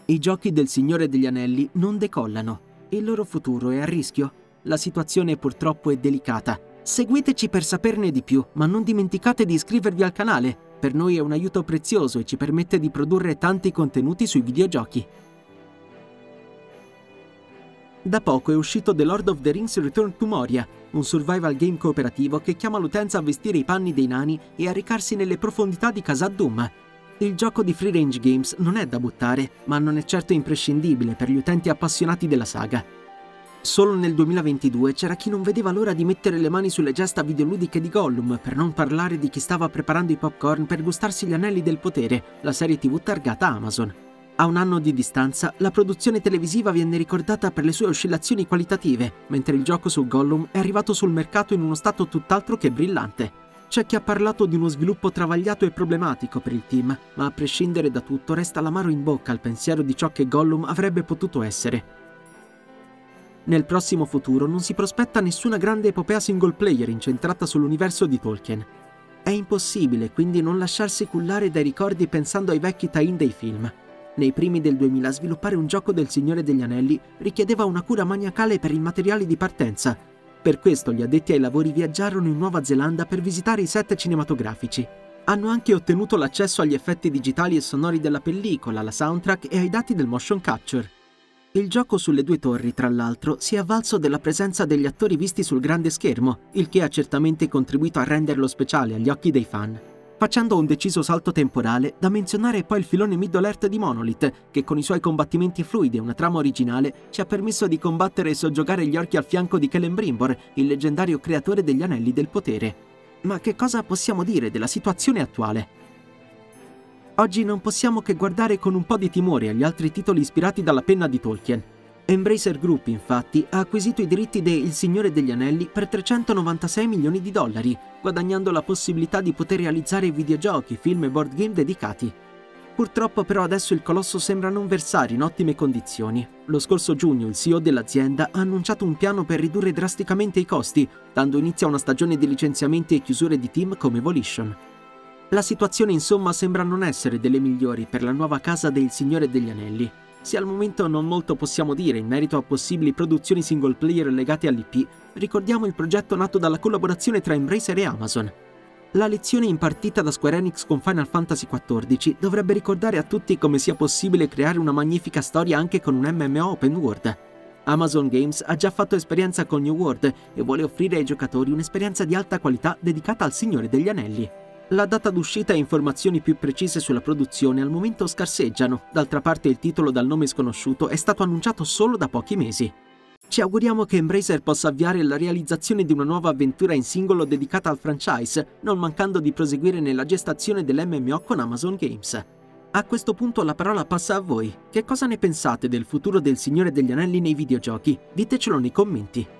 I giochi del Signore degli Anelli non decollano. Il loro futuro è a rischio. La situazione purtroppo è delicata. Seguiteci per saperne di più, ma non dimenticate di iscrivervi al canale. Per noi è un aiuto prezioso e ci permette di produrre tanti contenuti sui videogiochi. Da poco è uscito The Lord of the Rings Return to Moria, un survival game cooperativo che chiama l'utenza a vestire i panni dei nani e a recarsi nelle profondità di Khazad Dûm. Il gioco di Free Range Games non è da buttare, ma non è certo imprescindibile per gli utenti appassionati della saga. Solo nel 2022 c'era chi non vedeva l'ora di mettere le mani sulle gesta videoludiche di Gollum, per non parlare di chi stava preparando i popcorn per gustarsi gli Anelli del Potere, la serie TV targata Amazon. A un anno di distanza, la produzione televisiva viene ricordata per le sue oscillazioni qualitative, mentre il gioco su Gollum è arrivato sul mercato in uno stato tutt'altro che brillante. C'è chi ha parlato di uno sviluppo travagliato e problematico per il team, ma a prescindere da tutto resta l'amaro in bocca al pensiero di ciò che Gollum avrebbe potuto essere. Nel prossimo futuro non si prospetta nessuna grande epopea single player incentrata sull'universo di Tolkien. È impossibile quindi non lasciarsi cullare dai ricordi pensando ai vecchi tie-in dei film. Nei primi del 2000 sviluppare un gioco del Signore degli Anelli richiedeva una cura maniacale per il materiale di partenza. Per questo gli addetti ai lavori viaggiarono in Nuova Zelanda per visitare i set cinematografici. Hanno anche ottenuto l'accesso agli effetti digitali e sonori della pellicola, alla soundtrack e ai dati del motion capture. Il gioco sulle due torri, tra l'altro, si è avvalso della presenza degli attori visti sul grande schermo, il che ha certamente contribuito a renderlo speciale agli occhi dei fan. Facendo un deciso salto temporale, da menzionare è poi il filone Middle-earth di Monolith, che con i suoi combattimenti fluidi e una trama originale ci ha permesso di combattere e soggiogare gli orchi al fianco di Celebrimbor, il leggendario creatore degli Anelli del Potere. Ma che cosa possiamo dire della situazione attuale? Oggi non possiamo che guardare con un po' di timore agli altri titoli ispirati dalla penna di Tolkien. Embracer Group, infatti, ha acquisito i diritti de Il Signore degli Anelli per 396 milioni di dollari, guadagnando la possibilità di poter realizzare videogiochi, film e board game dedicati. Purtroppo però adesso il colosso sembra non versare in ottime condizioni. Lo scorso giugno il CEO dell'azienda ha annunciato un piano per ridurre drasticamente i costi, dando inizio a una stagione di licenziamenti e chiusure di team come Volition. La situazione insomma sembra non essere delle migliori per la nuova casa del Signore degli Anelli. Se al momento non molto possiamo dire in merito a possibili produzioni single player legate all'IP, ricordiamo il progetto nato dalla collaborazione tra Embracer e Amazon. La lezione impartita da Square Enix con Final Fantasy XIV dovrebbe ricordare a tutti come sia possibile creare una magnifica storia anche con un MMO open world. Amazon Games ha già fatto esperienza con New World e vuole offrire ai giocatori un'esperienza di alta qualità dedicata al Signore degli Anelli. La data d'uscita e informazioni più precise sulla produzione al momento scarseggiano, d'altra parte il titolo dal nome sconosciuto è stato annunciato solo da pochi mesi. Ci auguriamo che Embracer possa avviare la realizzazione di una nuova avventura in singolo dedicata al franchise, non mancando di proseguire nella gestazione dell'MMO con Amazon Games. A questo punto la parola passa a voi. Che cosa ne pensate del futuro del Signore degli Anelli nei videogiochi? Ditecelo nei commenti.